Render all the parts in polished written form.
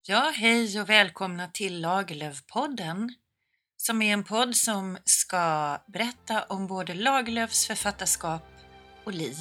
Ja, hej och välkomna till Lagerlöf-podden, som är en podd som ska berätta om både Lagerlöfs författarskap och liv.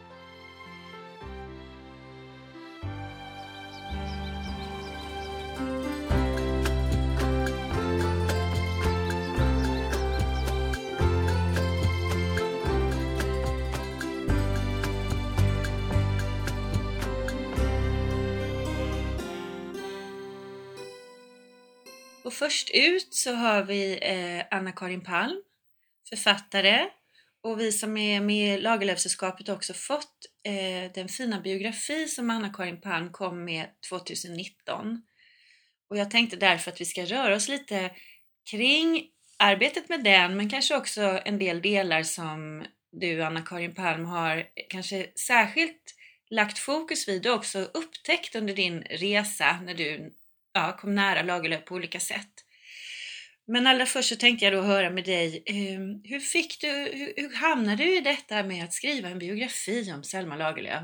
Och först ut så har vi Anna-Karin Palm, författare, och vi som är med i Lagerlöfsällskapet har också fått den fina biografi som Anna-Karin Palm kom med 2019. Och jag tänkte därför att vi ska röra oss lite kring arbetet med den, men kanske också en del delar som du, Anna-Karin Palm, har kanske särskilt lagt fokus vid och också upptäckt under din resa när du kom nära Lagerlöf på olika sätt. Men allra först så tänkte jag då höra med dig, hur hamnade du i detta med att skriva en biografi om Selma Lagerlöf?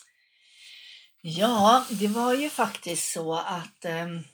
Ja, det var ju faktiskt så att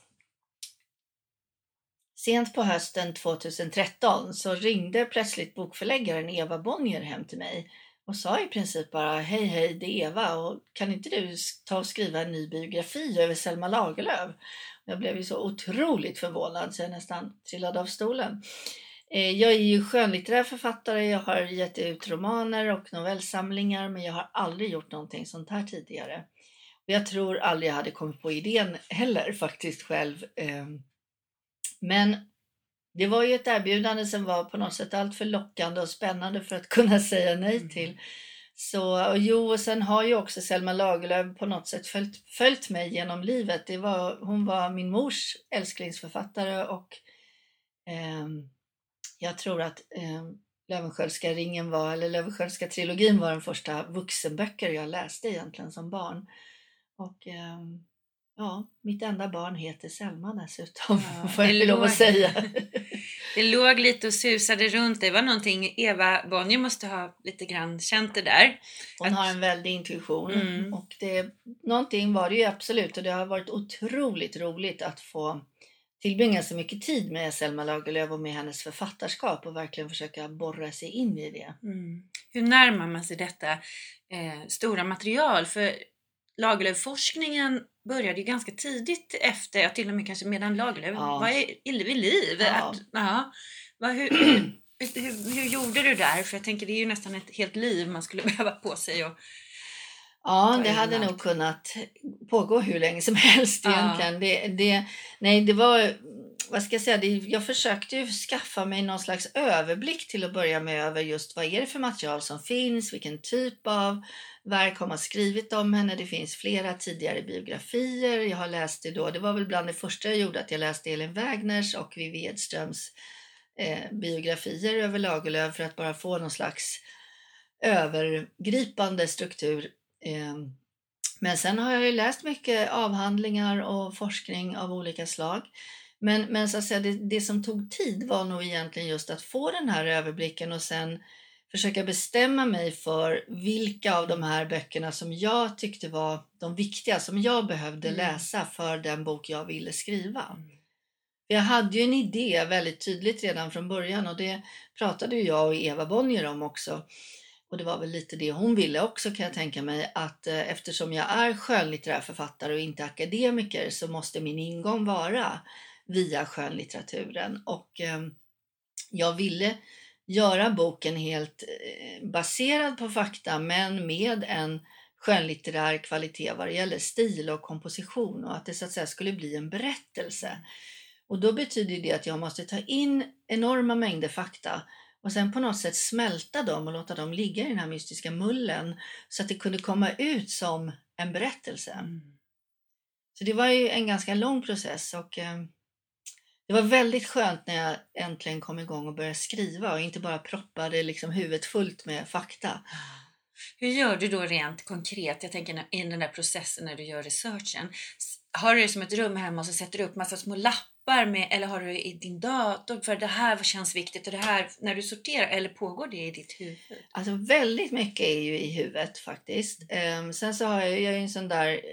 sent på hösten 2013 så ringde plötsligt bokförläggaren Eva Bonnier hem till mig och sa i princip bara hej, det är Eva, och kan inte du ta och skriva en ny biografi över Selma Lagerlöf? Jag blev ju så otroligt förvånad så jag nästan trillade av stolen. Jag är ju skönlitterär författare, jag har gett ut romaner och novellsamlingar, men jag har aldrig gjort någonting sånt här tidigare. Och jag tror aldrig jag hade kommit på idén heller faktiskt själv. Men det var ju ett erbjudande som var på något sätt allt för lockande och spännande för att kunna säga nej till. Och sen har ju också Selma Lagerlöf på något sätt följt mig genom livet. Hon var min mors älsklingsförfattare och jag tror att Löwenskiöldska ringen eller Löwenskiöldska trilogin var den första vuxenböcker jag läste egentligen som barn. Och mitt enda barn heter Selma dessutom, får jag lov att säga. Det låg lite och susade runt. Det var någonting Eva Bonnier måste ha lite grann känt det där. Hon har en väldig intuition. Och någonting var det ju absolut. Och det har varit otroligt roligt att få tillbringa så mycket tid med Selma Lagerlöf och med hennes författarskap och verkligen försöka borra sig in i det. Hur närmar man sig detta stora material? För Lagerlöf-forskningen började ju ganska tidigt efter, till och med kanske medan Lagerlöf var vid liv. Hur gjorde du där? För jag tänker det är ju nästan ett helt liv man skulle behöva på sig. Det hade nog kunnat pågå hur länge som helst egentligen. Det var, vad ska jag säga, jag försökte ju skaffa mig någon slags överblick till att börja med över just vad är det för material som finns, vilken typ av verk har man skrivit om henne. Det finns flera tidigare biografier. Jag har läst det var väl bland det första jag gjorde att jag läste Elin Wägners och Vivi Edströms biografier över Lagerlöf för att bara få någon slags övergripande struktur. Men sen har jag ju läst mycket avhandlingar och forskning av olika slag. Men så att säga, det som tog tid var nog egentligen just att få den här överblicken och sen försöka bestämma mig för vilka av de här böckerna som jag tyckte var de viktiga, som jag behövde läsa för den bok jag ville skriva. Jag hade ju en idé väldigt tydligt redan från början och det pratade ju jag och Eva Bonnier om också. Och det var väl lite det hon ville också, kan jag tänka mig, att eftersom jag är skönlitterär författare och inte akademiker så måste min ingång vara via skönlitteraturen. Och jag ville göra boken helt baserad på fakta men med en skönlitterär kvalitet vad det gäller stil och komposition och att det så att säga skulle bli en berättelse. Och då betyder det att jag måste ta in enorma mängder fakta och sen på något sätt smälta dem och låta dem ligga i den här mystiska mullen så att det kunde komma ut som en berättelse. Så det var ju en ganska lång process och det var väldigt skönt när jag äntligen kom igång och började skriva och inte bara proppade liksom huvudet fullt med fakta. Hur gör du då rent konkret? Jag tänker i den där processen när du gör researchen. Har du det som ett rum hemma och så sätter du upp massa små lappar med, eller har du i din dator för det här känns viktigt och det här när du sorterar, eller pågår det i ditt huvud? Alltså väldigt mycket är ju i huvudet faktiskt. Sen så har jag en sån där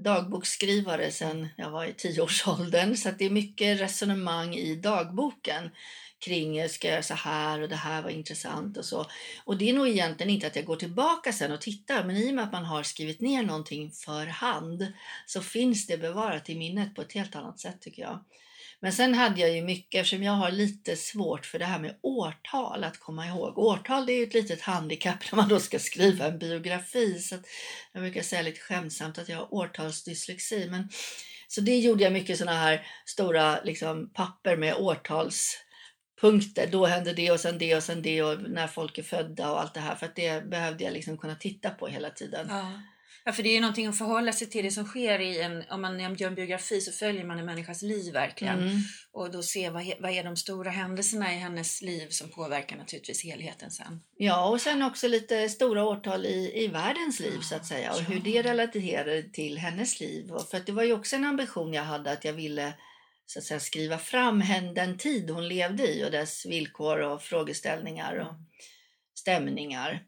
dagboksskrivare sedan jag var i 10-årsåldern, så att det är mycket resonemang i dagboken kring ska jag göra så här och det här var intressant och så. Och det är nog egentligen inte att jag går tillbaka sen och tittar, men i och med att man har skrivit ner någonting för hand så finns det bevarat i minnet på ett helt annat sätt tycker jag. Men sen hade jag ju mycket, eftersom jag har lite svårt för det här med årtal att komma ihåg. Årtal, det är ju ett litet handikapp när man då ska skriva en biografi. Så att jag brukar säga lite skämtsamt att jag har årtalsdyslexi. Så det gjorde jag mycket sådana här stora liksom, papper med årtalspunkter. Då hände det och sen det och sen det och när folk är födda och allt det här. För att det behövde jag liksom kunna titta på hela tiden. Ja, för det är ju någonting att förhålla sig till det som sker om man gör en biografi så följer man en människas liv verkligen. Och då ser vad är de stora händelserna i hennes liv som påverkar naturligtvis helheten sen. Ja, och sen också lite stora årtal i världens liv så att säga. Och hur det relaterar till hennes liv. Och för att det var ju också en ambition jag hade att jag ville så att säga, skriva fram den tid hon levde i och dess villkor och frågeställningar och stämningar.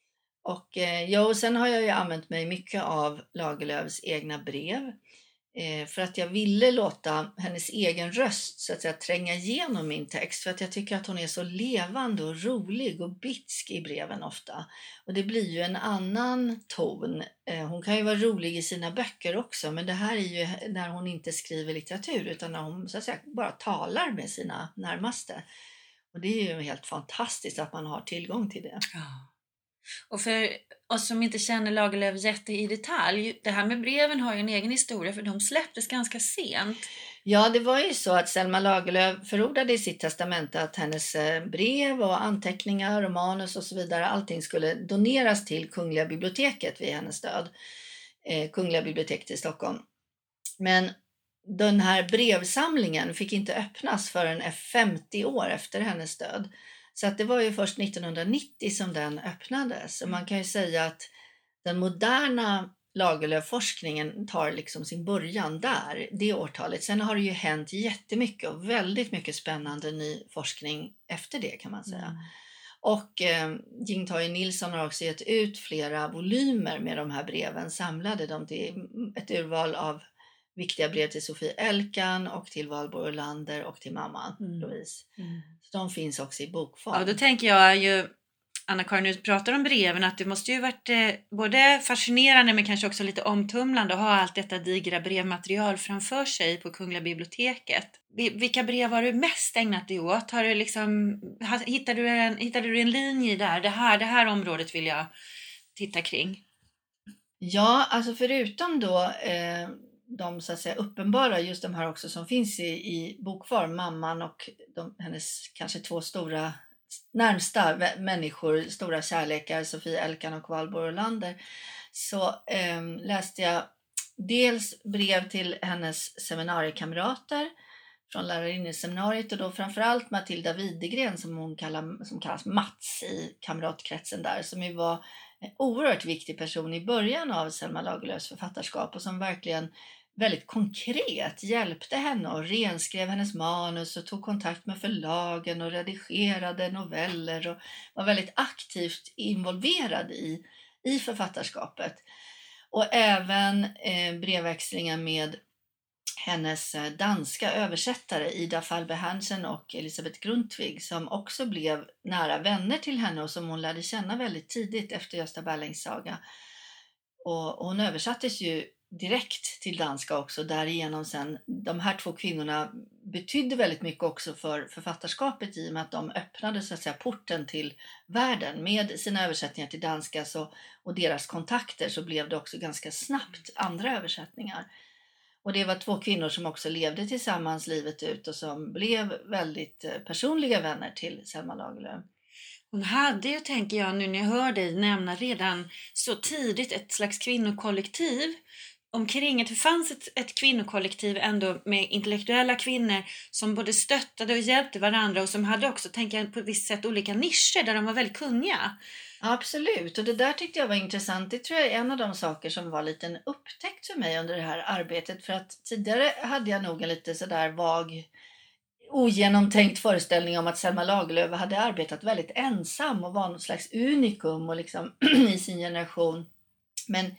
Och sen har jag ju använt mig mycket av Lagerlöfs egna brev för att jag ville låta hennes egen röst så att säga tränga igenom min text, för att jag tycker att hon är så levande och rolig och bitsk i breven ofta. Och det blir ju en annan ton. Hon kan ju vara rolig i sina böcker också, men det här är ju när hon inte skriver litteratur utan när hon så att säga bara talar med sina närmaste. Och det är ju helt fantastiskt att man har tillgång till det. Ja. Och för oss som inte känner Lagerlöf jätte i detalj, det här med breven har ju en egen historia för de släpptes ganska sent. Ja, det var ju så att Selma Lagerlöf förordade i sitt testamente att hennes brev och anteckningar och manus och så vidare, allting skulle doneras till Kungliga biblioteket vid hennes död. Kungliga biblioteket i Stockholm. Men den här brevsamlingen fick inte öppnas förrän 50 år efter hennes död. Så att det var ju först 1990 som den öppnades. Och man kan ju säga att den moderna Lagerlöf-forskningen tar liksom sin början där, det årtalet. Sen har det ju hänt jättemycket och väldigt mycket spännande ny forskning efter det kan man säga. Och Jing-Toye Nilsson har också gett ut flera volymer med de här breven, samlade dem till ett urval av viktiga brev till Sofie Elkan och till Valborg Olander och till mamman Louise. Så de finns också i bokform. Ja, då tänker jag ju, Anna-Karin, nu pratar om breven, att det måste ju varit både fascinerande men kanske också lite omtumlande att ha allt detta digra brevmaterial framför sig på Kungliga biblioteket. Vilka brev har du mest ägnat dig åt? Har du liksom, hittade du en linje där? Det här området vill jag titta kring. Ja, alltså förutom då de så att säga uppenbara, just de här också som finns i bokform, mamman och hennes kanske två stora närmsta människor, stora kärlekar, Sofie Elkan och Valborg Olander, så läste jag dels brev till hennes seminariekamrater från lärarinneseminariet och då framförallt Matilda Widegren som kallas Mats i kamratkretsen där, som ju var en oerhört viktig person i början av Selma Lagerlöfs författarskap och som verkligen väldigt konkret hjälpte henne och renskrev hennes manus och tog kontakt med förlagen och redigerade noveller och var väldigt aktivt involverad i författarskapet. Och även brevväxlingen med hennes danska översättare Ida Falbe Hansen och Elisabeth Grundtvig som också blev nära vänner till henne och som hon lärde känna väldigt tidigt efter Gösta Berlings saga. Och hon översattes ju direkt till danska också, därigenom sen de här två kvinnorna betydde väldigt mycket också för författarskapet i och med att de öppnade så att säga porten till världen med sina översättningar till danska och deras kontakter, så blev det också ganska snabbt andra översättningar. Och det var två kvinnor som också levde tillsammans livet ut och som blev väldigt personliga vänner till Selma Lagerlöf. Hon hade ju, tänker jag nu när jag hör dig nämna, redan så tidigt ett slags kvinnokollektiv omkring. Det fanns ett kvinnokollektiv ändå med intellektuella kvinnor som både stöttade och hjälpte varandra och som hade också, tänker jag, på ett visst sätt olika nischer där de var väldigt kunniga. Absolut, och det där tyckte jag var intressant. Det tror jag är en av de saker som var lite en upptäckt för mig under det här arbetet. För att tidigare hade jag nog en lite sådär vag, ogenomtänkt föreställning om att Selma Lagerlöf hade arbetat väldigt ensam och var något slags unikum och liksom i sin generation. Men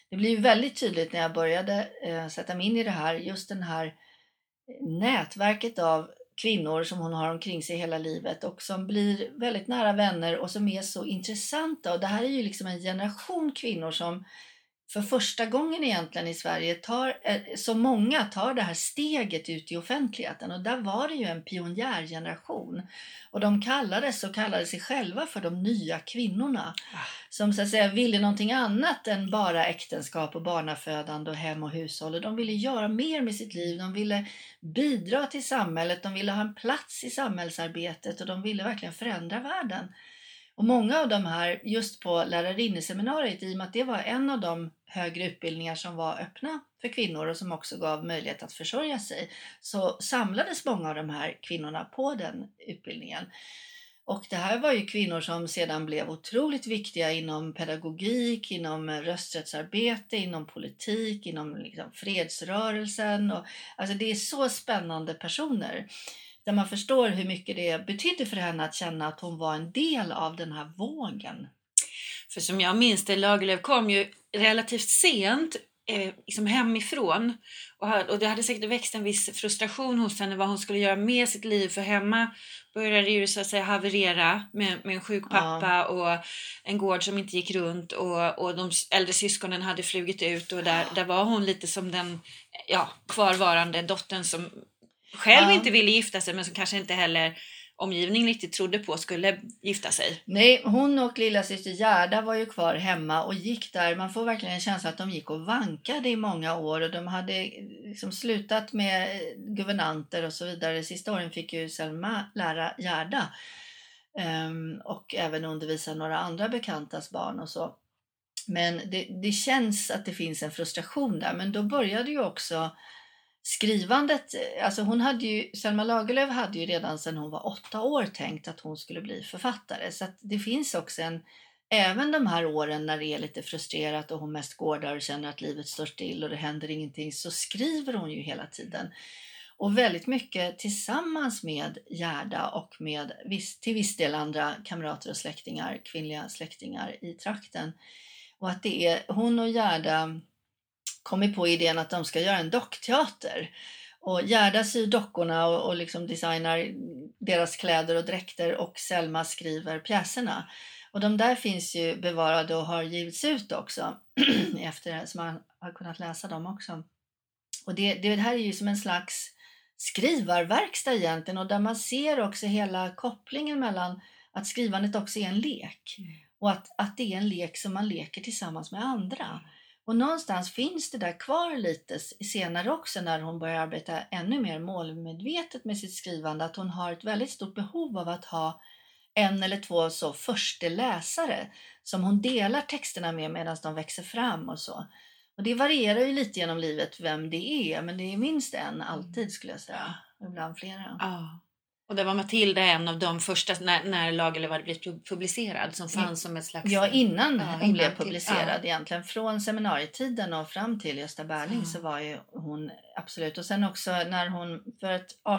det blir ju väldigt tydligt när jag började sätta mig in i det här, just den här nätverket av kvinnor som hon har omkring sig hela livet och som blir väldigt nära vänner och som är så intressanta. Och det här är ju liksom en generation kvinnor som för första gången egentligen i Sverige så många tar det här steget ut i offentligheten, och där var det ju en pionjärgeneration och de kallade sig själva för de nya kvinnorna som så att säga ville någonting annat än bara äktenskap och barnafödande och hem och hushåll, och de ville göra mer med sitt liv, de ville bidra till samhället, de ville ha en plats i samhällsarbetet och de ville verkligen förändra världen. Och många av de här, just på lärarinneseminariet, i och med att det var en av de högre utbildningar som var öppna för kvinnor och som också gav möjlighet att försörja sig, så samlades många av de här kvinnorna på den utbildningen. Och det här var ju kvinnor som sedan blev otroligt viktiga inom pedagogik, inom rösträttsarbete, inom politik, inom liksom fredsrörelsen. Och, alltså det är så spännande personer. Där man förstår hur mycket det betydde för henne att känna att hon var en del av den här vågen. För som jag minns det, Lagerlöf kom ju relativt sent liksom hemifrån. Och det hade säkert växt en viss frustration hos henne vad hon skulle göra med sitt liv. För hemma började det ju så att säga haverera med en sjuk pappa och en gård som inte gick runt. Och de äldre syskonen hade flugit ut och där var hon lite som den kvarvarande dottern som själv inte ville gifta sig, men som kanske inte heller omgivningen riktigt trodde på skulle gifta sig. Nej, hon och lilla syster Gerda var ju kvar hemma och gick där. Man får verkligen en känsla att de gick och vankade i många år och de hade liksom slutat med guvernanter och så vidare. Sista åren fick ju Selma lära Gerda och även undervisa några andra bekantas barn och så. Men det känns att det finns en frustration där, men då började ju också skrivandet, alltså Selma Lagerlöf hade ju redan sedan hon var 8 år tänkt att hon skulle bli författare, så att det finns också även de här åren när det är lite frustrerat och hon mest går där och känner att livet står still och det händer ingenting, så skriver hon ju hela tiden. Och väldigt mycket tillsammans med Gerda och med till viss del andra kamrater och släktingar, kvinnliga släktingar i trakten. Och att det är hon och Gerda kommit på idén att de ska göra en dockteater. Och Gerda syr dockorna och liksom designar deras kläder och dräkter och Selma skriver pjäserna. Och de där finns ju bevarade och har givits ut också efter så man har kunnat läsa dem också. Och det här är ju som en slags skrivarverkstad egentligen, och där man ser också hela kopplingen mellan att skrivandet också är en lek och att det är en lek som man leker tillsammans med andra. Och någonstans finns det där kvar lite senare också när hon börjar arbeta ännu mer målmedvetet med sitt skrivande, att hon har ett väldigt stort behov av att ha 1 eller 2 så första läsare som hon delar texterna med medan de växer fram och så. Och det varierar ju lite genom livet vem det är, men det är minst en alltid skulle jag säga, ibland flera. Ja. Och det var Matilda en av de första när Lagerlöf hade blivit publicerad som fanns som ett slags... Ja, innan hon blev publicerad egentligen. Från seminarietiden och fram till Gösta Berling så var ju hon absolut. Och sen också när hon, för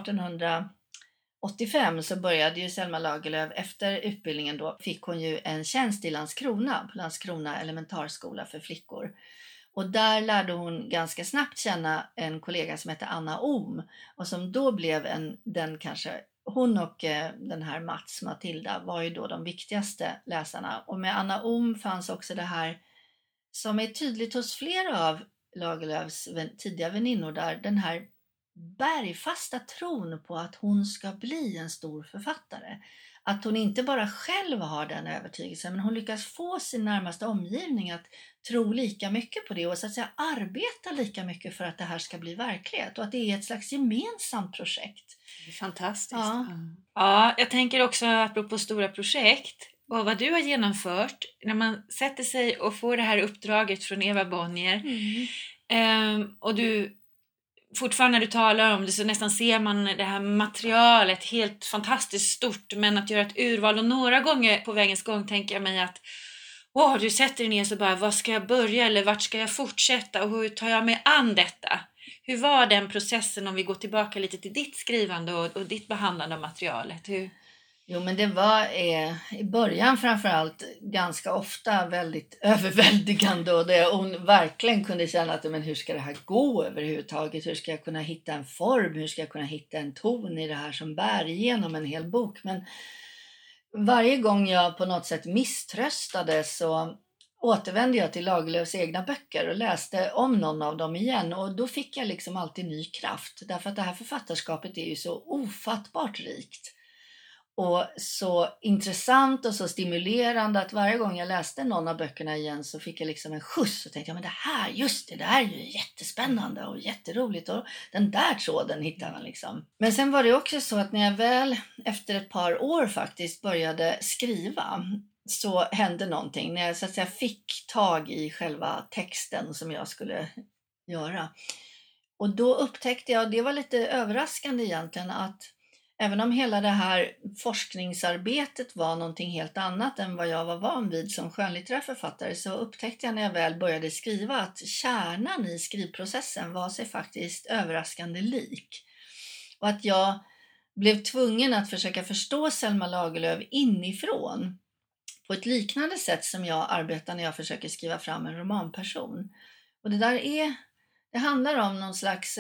1885 så började ju Selma Lagerlöf, efter utbildningen då, fick hon ju en tjänst i Landskrona, på Landskrona elementarskola för flickor. Och där lärde hon ganska snabbt känna en kollega som hette Anna Ohm och som då blev hon och den här Matilda var ju då de viktigaste läsarna. Och med Anna Ohm fanns också det här som är tydligt hos flera av Lagerlöfs tidiga väninnor där, den här bergfasta tron på att hon ska bli en stor författare. Att hon inte bara själv har den övertygelsen, men hon lyckas få sin närmaste omgivning att tro lika mycket på det och så att säga arbeta lika mycket för att det här ska bli verklighet och att det är ett slags gemensamt projekt. Det är fantastiskt. Ja, jag tänker också apropå stora projekt och vad du har genomfört när man sätter sig och får det här uppdraget från Eva Bonnier och du fortfarande när du talar om det så nästan ser man det här materialet helt fantastiskt stort, men att göra ett urval och några gånger på vägens gång tänker jag mig att du sätter dig ner så bara, vad ska jag börja eller vart ska jag fortsätta och hur tar jag mig an detta? Hur var den processen om vi går tillbaka lite till ditt skrivande och ditt behandlande av materialet? Jo, men det var i början framförallt ganska ofta väldigt överväldigande, och det hon verkligen kunde känna att men hur ska det här gå överhuvudtaget? Hur ska jag kunna hitta en form? Hur ska jag kunna hitta en ton i det här som bär igenom en hel bok? Men varje gång jag på något sätt misströstade så återvände jag till Lagerlöfs egna böcker och läste om någon av dem igen, och då fick jag liksom alltid ny kraft, därför att det här författarskapet är ju så ofattbart rikt och så intressant och så stimulerande att varje gång jag läste någon av böckerna igen så fick jag liksom en skjuts och tänkte ja, men det här, just det här är ju jättespännande och jätteroligt, och den där tråden hittar man liksom. Men sen var det också så att när jag väl efter ett par år faktiskt började skriva så hände någonting när jag så att säga fick tag i själva texten som jag skulle göra. Och då upptäckte jag, och det var lite överraskande egentligen, att även om hela det här forskningsarbetet var någonting helt annat än vad jag var van vid som skönlitterär författare, så upptäckte jag när jag väl började skriva att kärnan i skrivprocessen var sig faktiskt överraskande lik. Och att jag blev tvungen att försöka förstå Selma Lagerlöf inifrån på ett liknande sätt som jag arbetar när jag försöker skriva fram en romanperson. Och det handlar om någon slags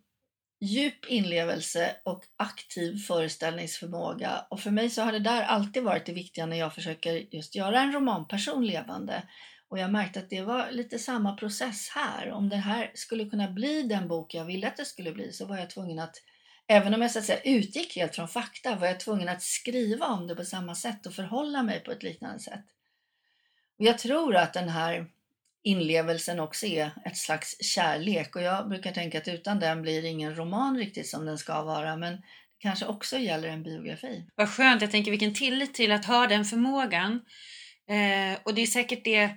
djup inlevelse och aktiv föreställningsförmåga. Och för mig så har det där alltid varit det viktiga när jag försöker just göra en romanperson levande. Och jag märkte att det var lite samma process här. Om det här skulle kunna bli den bok jag ville att det skulle bli, så var jag tvungen att, även om jag så att säga utgick helt från fakta, var jag tvungen att skriva om det på samma sätt och förhålla mig på ett liknande sätt. Och jag tror att den här inlevelsen också är ett slags kärlek, och jag brukar tänka att utan den blir det ingen roman riktigt som den ska vara, men det kanske också gäller en biografi. Vad skönt, jag tänker vilken tillit till att ha den förmågan. Och det är säkert det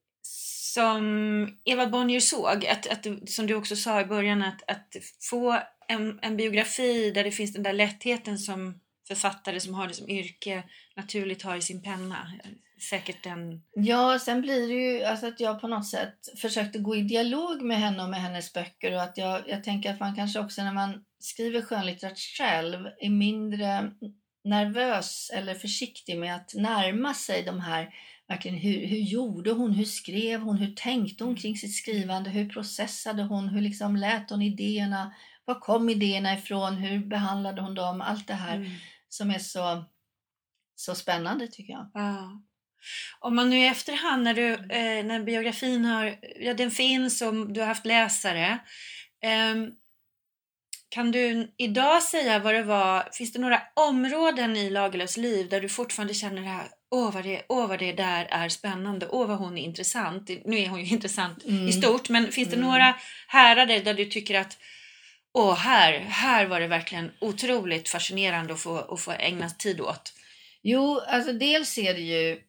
som Eva Bonnier såg, att som du också sa i början, att få en biografi där det finns den där lättheten som författare som har det som yrke naturligt har i sin penna. Säkert en... Ja, sen blir det ju alltså att jag på något sätt försökte gå i dialog med henne och med hennes böcker, och att jag tänker att man kanske också när man skriver skönlitteratur själv är mindre nervös eller försiktig med att närma sig de här, verkligen hur gjorde hon, hur skrev hon, hur tänkte hon kring sitt skrivande, hur processade hon, hur liksom lät hon idéerna, var kom idéerna ifrån, hur behandlade hon dem, allt det här som är så spännande tycker jag. Ja. Om man nu i efterhand när biografin den finns och du har haft läsare, kan du idag säga vad det var, finns det några områden i Lagerlöfs liv där du fortfarande känner det här, vad det där är spännande, vad hon är intressant, nu är hon ju intressant i stort, men finns det några härader där du tycker att här var det verkligen otroligt fascinerande att få ägna tid åt? Jo, alltså dels är det ju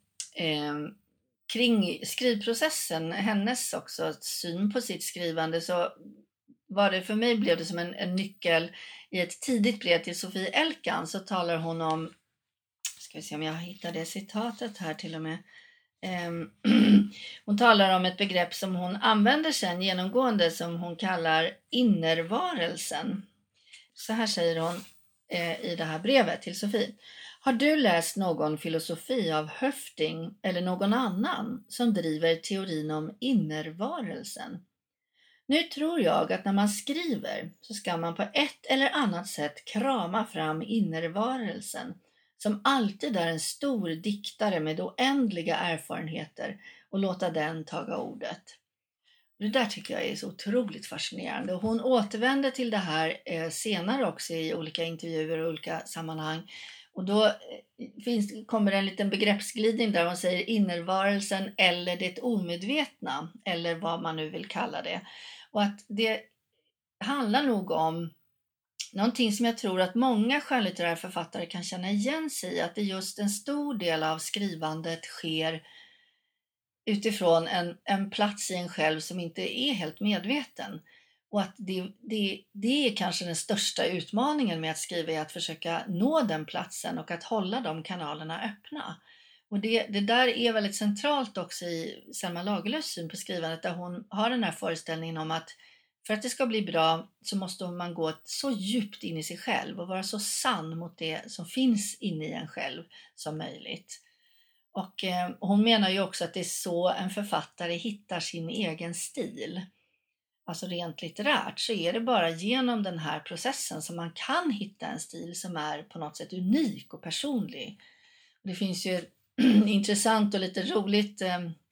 kring skrivprocessen, hennes också syn på sitt skrivande, så var det för mig, blev det som en nyckel i ett tidigt brev till Sofie Elkan, så talar hon om, ska vi se om jag hittar det citatet här till och med, hon talar om ett begrepp som hon använder sen genomgående som hon kallar innervarelsen. Så här säger hon i det här brevet till Sofie: har du läst någon filosofi av Höfting eller någon annan som driver teorin om innervarelsen? Nu tror jag att när man skriver så ska man på ett eller annat sätt krama fram innervarelsen, som alltid är en stor diktare med oändliga erfarenheter, och låta den taga ordet. Det där tycker jag är så otroligt fascinerande. Och hon återvänder till det här senare också i olika intervjuer och olika sammanhang. Och då kommer en liten begreppsglidning där hon säger innervarelsen eller det omedvetna, eller vad man nu vill kalla det. Och att det handlar nog om någonting som jag tror att många skönlitterära författare kan känna igen sig i, att det just en stor del av skrivandet sker utifrån en plats i en själv som inte är helt medveten. Och att det är kanske den största utmaningen med att skriva, är att försöka nå den platsen och att hålla de kanalerna öppna. Och det där är väldigt centralt också i Selma Lagerlöfs syn på skrivandet, där hon har den här föreställningen om att för att det ska bli bra så måste man gå så djupt in i sig själv och vara så sann mot det som finns inne i en själv som möjligt. Och hon menar ju också att det är så en författare hittar sin egen stil. Alltså rent litterärt så är det bara genom den här processen som man kan hitta en stil som är på något sätt unik och personlig. Det finns ju intressant och lite roligt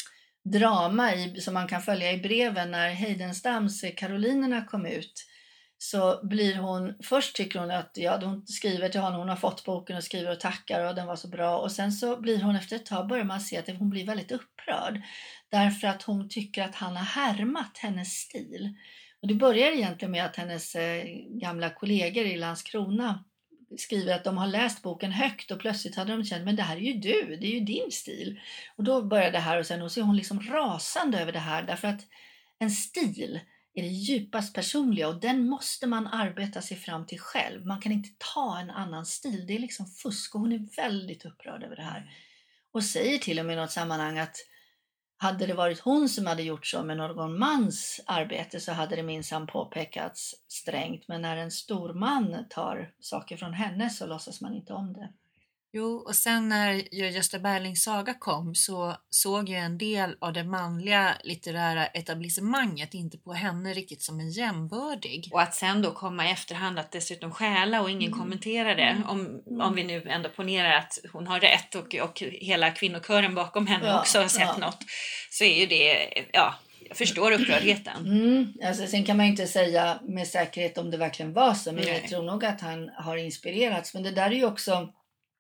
drama som man kan följa i breven när Heidenstams Karolinerna kom ut. Så blir hon, först tycker hon att hon skriver till honom, hon har fått boken och skriver och tackar och den var så bra. Och sen så blir hon efter ett tag, börjar man se att hon blir väldigt upprörd. Därför att hon tycker att han har härmat hennes stil. Och det börjar egentligen med att hennes gamla kollegor i Landskrona skriver att de har läst boken högt och plötsligt hade de känt, men det här är ju du, det är ju din stil. Och då börjar det här och sen så är hon liksom rasande över det här därför att en stil är det djupast personliga och den måste man arbeta sig fram till själv. Man kan inte ta en annan stil, det är liksom fusk och hon är väldigt upprörd över det här. Och säger till och med i något sammanhang att hade det varit hon som hade gjort så med någon mans arbete så hade det minsann påpekats strängt. Men när en stor man tar saker från henne så låtsas man inte om det. Jo, och sen när Gösta Berlings saga kom så såg ju en del av det manliga litterära etablissemanget inte på henne riktigt som en jämbördig. Och att sen då komma i efterhand att dessutom stjäla och ingen kommenterar det. Om vi nu ändå ponerar att hon har rätt och hela kvinnokören bakom henne också har sett något. Så är ju det, jag förstår upprördheten. Alltså, sen kan man inte säga med säkerhet om det verkligen var så. Men jag tror nog att han har inspirerats. Men det där är ju också...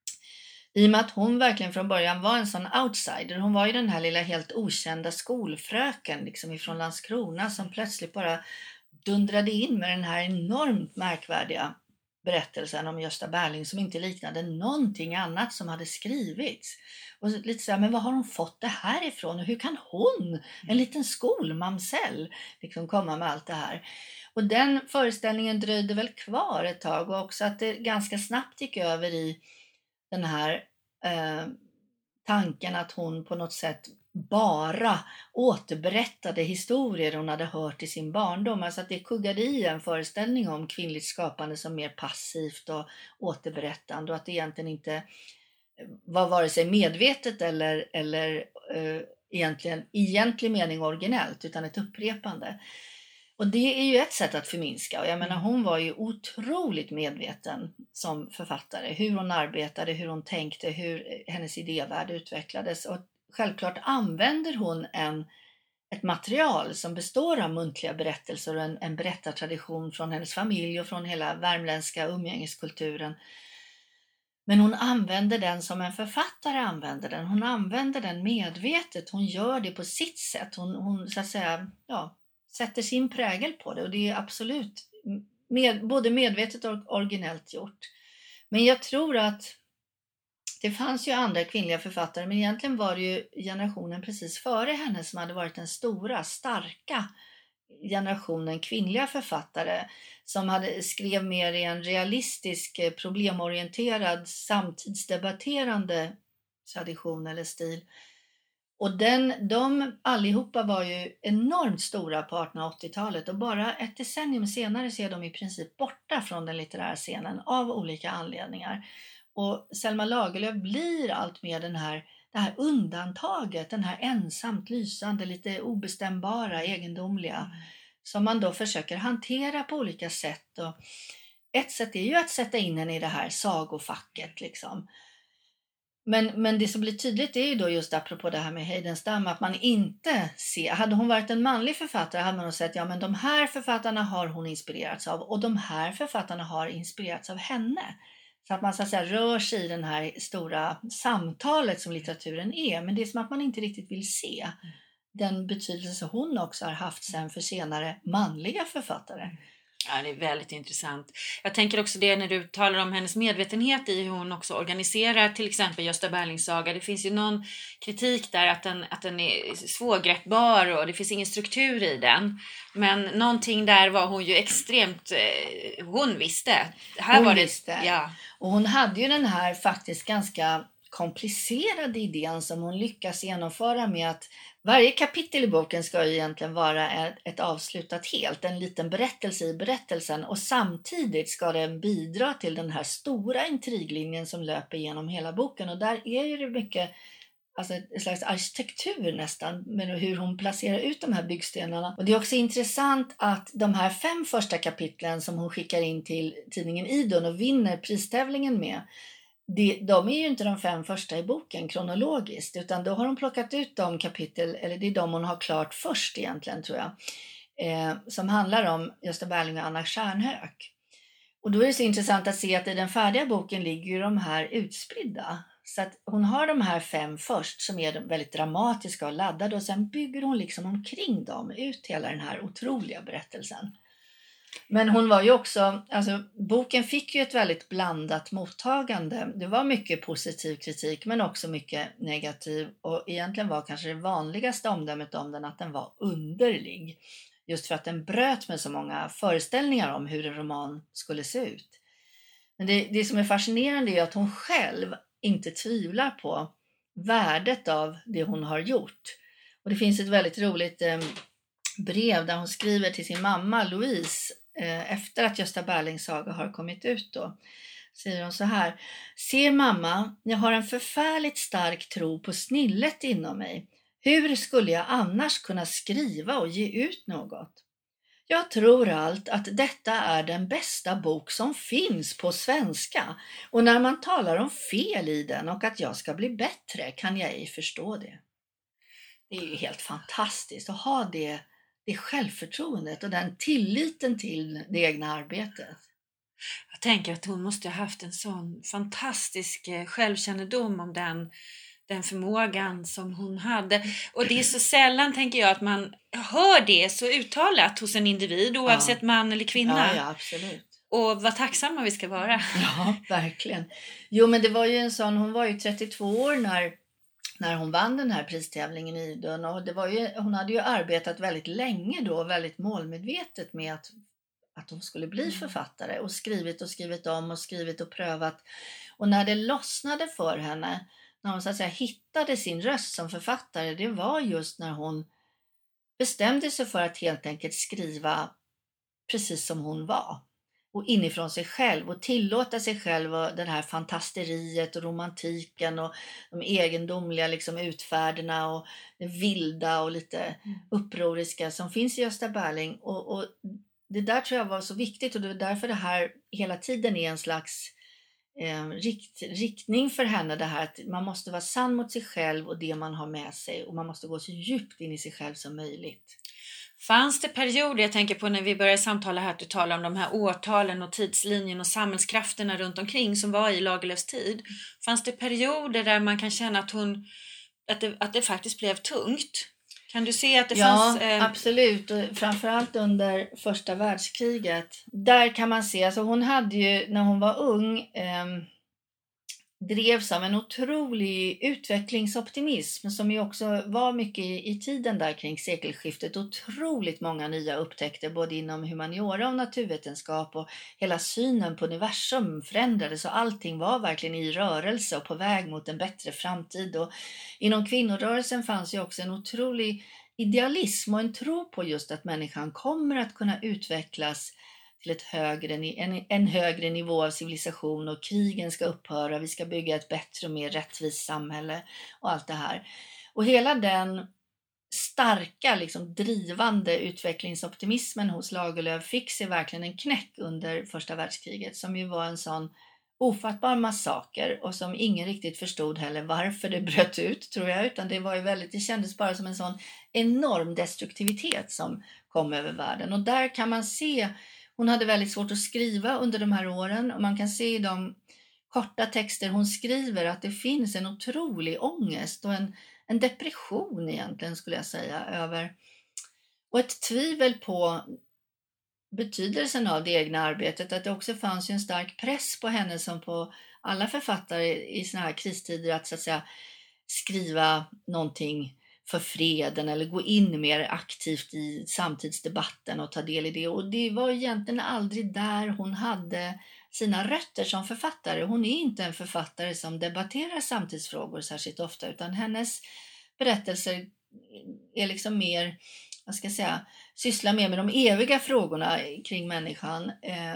I och med att hon verkligen från början var en sån outsider. Hon var ju den här lilla helt okända skolfröken liksom ifrån Landskrona som plötsligt bara dundrade in med den här enormt märkvärdiga berättelsen om Gösta Berling som inte liknade någonting annat som hade skrivits. Och lite så här, men var har hon fått det här ifrån och hur kan hon, en liten skolmamsell, liksom komma med allt det här? Och den föreställningen dröjde väl kvar ett tag och också att det ganska snabbt gick över i den här tanken att hon på något sätt bara återberättade historier hon hade hört i sin barndom. Alltså att det kuggade i en föreställning om kvinnligt skapande som mer passivt och återberättande och att det egentligen inte var vare sig medvetet eller egentligen egentlig mening originellt utan ett upprepande. Och det är ju ett sätt att förminska. Och jag menar, hon var ju otroligt medveten som författare. Hur hon arbetade, hur hon tänkte, hur hennes idévärld utvecklades. Och självklart använder hon ett material som består av muntliga berättelser och en berättartradition från hennes familj och från hela värmländska umgängeskulturen. Men hon använder den som en författare använder den. Hon använder den medvetet. Hon gör det på sitt sätt. Hon så att säga, sätter sin prägel på det och det är absolut både medvetet och originellt gjort. Men jag tror att det fanns ju andra kvinnliga författare men egentligen var det ju generationen precis före henne som hade varit den stora, starka generationen kvinnliga författare som skrev mer i en realistisk, problemorienterad, samtidsdebatterande tradition eller stil. Och de allihopa var ju enormt stora på 1880-talet och bara ett decennium senare så är de i princip borta från den litterära scenen av olika anledningar. Och Selma Lagerlöf blir allt mer det här undantaget, den här ensamt lysande, lite obestämbara, egendomliga som man då försöker hantera på olika sätt. Och ett sätt är ju att sätta in henne i det här sagofacket liksom. Men det som blir tydligt är ju då just apropå det här med Heidenstam att man inte ser, hade hon varit en manlig författare hade man nog sett, men de här författarna har hon inspirerats av och de här författarna har inspirerats av henne. Så att man så att säga rör sig i den här stora samtalet som litteraturen är, men det är som att man inte riktigt vill se den betydelse hon också har haft sen för senare manliga författare. Ja, det är väldigt intressant. Jag tänker också det när du talar om hennes medvetenhet i hur hon också organiserar till exempel Gösta Berlings saga. Det finns ju någon kritik där att den är svårgreppbar och det finns ingen struktur i den. Men någonting där var hon ju extremt, hon visste. Visste. Ja. Och hon hade ju den här faktiskt ganska komplicerade idén som hon lyckas genomföra med att varje kapitel i boken ska ju egentligen vara ett avslutat helt, en liten berättelse i berättelsen, och samtidigt ska den bidra till den här stora intriglinjen som löper genom hela boken. Och där är ju det mycket, alltså en slags arkitektur nästan, med hur hon placerar ut de här byggstenarna. Och det är också intressant att de här 5 första kapitlen som hon skickar in till tidningen Idun och vinner pristävlingen med, de är ju inte de 5 första i boken kronologiskt, utan då har hon plockat ut de kapitel, eller det är de hon har klart först egentligen, tror jag, som handlar om Gösta Berling och Anna Stjärnhök. Och då är det så intressant att se att i den färdiga boken ligger ju de här utspridda. Så att hon har de här 5 först som är väldigt dramatiska och laddade, och sen bygger hon liksom omkring dem ut hela den här otroliga berättelsen. Men hon var ju också, alltså boken fick ju ett väldigt blandat mottagande. Det var mycket positiv kritik men också mycket negativ, och egentligen var kanske det vanligaste omdömet om den att den var underlig. Just för att den bröt med så många föreställningar om hur en roman skulle se ut. Men det som är fascinerande är att hon själv inte tvivlar på värdet av det hon har gjort. Och det finns ett väldigt roligt brev där hon skriver till sin mamma Louise efter att Gösta Berlings saga har kommit ut då. Säger hon så här: ser mamma, jag har en förfärligt stark tro på snillet inom mig. Hur skulle jag annars kunna skriva och ge ut något? Jag tror allt att detta är den bästa bok som finns på svenska, och när man talar om fel i den och att jag ska bli bättre kan jag ej förstå det. Det är ju helt fantastiskt att ha det självförtroendet och den tilliten till det egna arbetet. Jag tänker att hon måste ha haft en sån fantastisk självkännedom om den förmågan som hon hade. Och det är så sällan, tänker jag, att man hör det så uttalat hos en individ, oavsett man eller kvinna. Ja, absolut. Och vad tacksamma vi ska vara. Ja, verkligen. Jo, men det var ju en sån, hon var ju 32 år när hon vann den här pristävlingen i Idun, och hon hade ju arbetat väldigt länge då, väldigt målmedvetet med att hon skulle bli författare, och skrivit om och skrivit och prövat. Och när det lossnade för henne, när hon så att säga hittade sin röst som författare, det var just när hon bestämde sig för att helt enkelt skriva precis som hon var. Och inifrån sig själv, och tillåta sig själv och det här fantasteriet och romantiken och de egendomliga liksom utfärderna och det vilda och lite upproriska som finns i Gösta Berling. Och det där tror jag var så viktigt, och det är därför det här hela tiden är en slags riktning för henne, det här att man måste vara sann mot sig själv och det man har med sig, och man måste gå så djupt in i sig själv som möjligt. Fanns det perioder, jag tänker på när vi började samtala här, att du talar om de här årtalen och tidslinjen och samhällskrafterna runt omkring som var i Lagerlöfs tid. Fanns det perioder där man kan känna att det faktiskt blev tungt? Kan du se att det fanns... Ja, absolut. Och framförallt under första världskriget. Där kan man se, alltså hon hade ju när hon var ung drevs av en otrolig utvecklingsoptimism som ju också var mycket i tiden där kring sekelskiftet. Otroligt många nya upptäckter både inom humaniora och naturvetenskap, och hela synen på universum förändrades och allting var verkligen i rörelse och på väg mot en bättre framtid. Och inom kvinnorörelsen fanns ju också en otrolig idealism och en tro på just att människan kommer att kunna utvecklas till en högre nivå av civilisation, och krigen ska upphöra, vi ska bygga ett bättre och mer rättvist samhälle och allt det här. Och hela den starka liksom drivande utvecklingsoptimismen hos Lagerlöf fick sig verkligen en knäck under första världskriget, som ju var en sån ofattbar massaker och som ingen riktigt förstod heller varför det bröt ut, tror jag, utan det kändes bara som en sån enorm destruktivitet som kom över världen. Och där kan man se, hon hade väldigt svårt att skriva under de här åren, och man kan se i de korta texter hon skriver att det finns en otrolig ångest och en depression egentligen, skulle jag säga, över, och ett tvivel på betydelsen av det egna arbetet, att det också fanns ju en stark press på henne som på alla författare i såna här kristider att så att säga skriva någonting för freden eller gå in mer aktivt i samtidsdebatten och ta del i det. Och det var egentligen aldrig där hon hade sina rötter som författare. Hon är inte en författare som debatterar samtidsfrågor särskilt ofta, utan hennes berättelser är liksom mer, vad ska jag säga, sysslar mer med de eviga frågorna kring människan.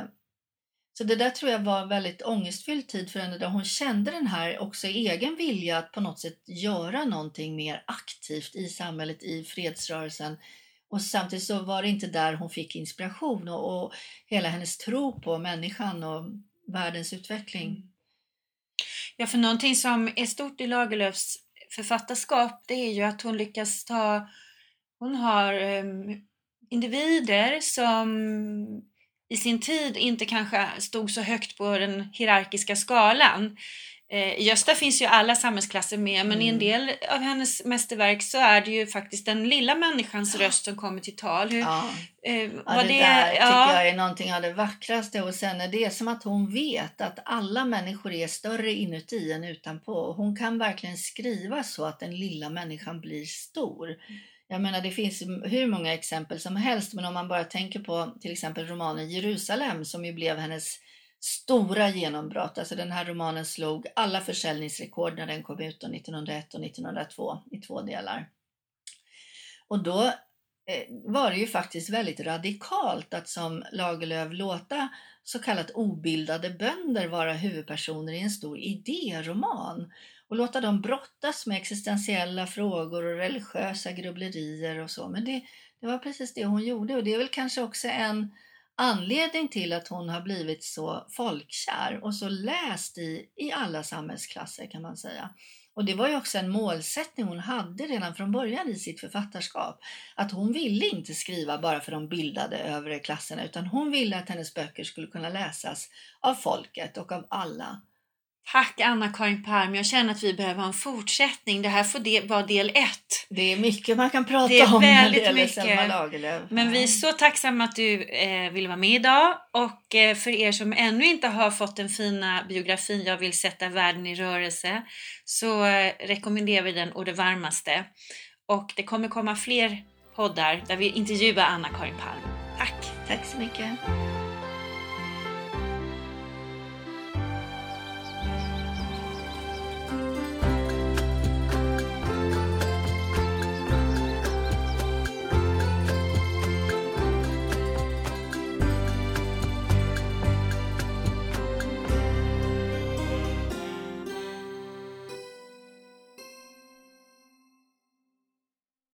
Så det där tror jag var väldigt ångestfylld tid för henne, där hon kände den här också egen vilja att på något sätt göra någonting mer aktivt i samhället, i fredsrörelsen. Och samtidigt så var det inte där hon fick inspiration och hela hennes tro på människan och världens utveckling. Ja, för någonting som är stort i Lagerlöfs författarskap, det är ju att hon lyckas hon har individer som i sin tid inte kanske stod så högt på den hierarkiska skalan. I Gösta finns ju alla samhällsklasser med, men i en del av hennes mästerverk så är det ju faktiskt den lilla människans röst som kommer till tal. Det där tycker jag är någonting av det vackraste, och sen är det som att hon vet att alla människor är större inuti än utanpå. Hon kan verkligen skriva så att den lilla människan blir stor. Jag menar, det finns hur många exempel som helst, men om man bara tänker på till exempel romanen Jerusalem, som ju blev hennes stora genombrott. Alltså den här romanen slog alla försäljningsrekord när den kom ut 1901 och 1902 i 2 delar. Och då var det ju faktiskt väldigt radikalt att som Lagerlöf låta så kallat obildade bönder vara huvudpersoner i en stor idéroman och låta dem brottas med existentiella frågor och religiösa grubblerier och så. Men det var precis det hon gjorde, och det är väl kanske också en anledning till att hon har blivit så folkkär och så läst i alla samhällsklasser, kan man säga. Och det var ju också en målsättning hon hade redan från början i sitt författarskap. Att hon ville inte skriva bara för de bildade övre klasserna, utan hon ville att hennes böcker skulle kunna läsas av folket och av alla. Tack Anna-Karin Palm, jag känner att vi behöver ha en fortsättning. Det här får vara del 1. Det är mycket man kan prata om när det gäller Selma Lagerlöf. Men vi är så tacksamma att du vill vara med idag. Och för er som ännu inte har fått den fina biografin Jag vill sätta världen i rörelse, så rekommenderar vi den å det varmaste. Och det kommer komma fler poddar där vi intervjuar Anna-Karin Palm. Tack! Tack så mycket!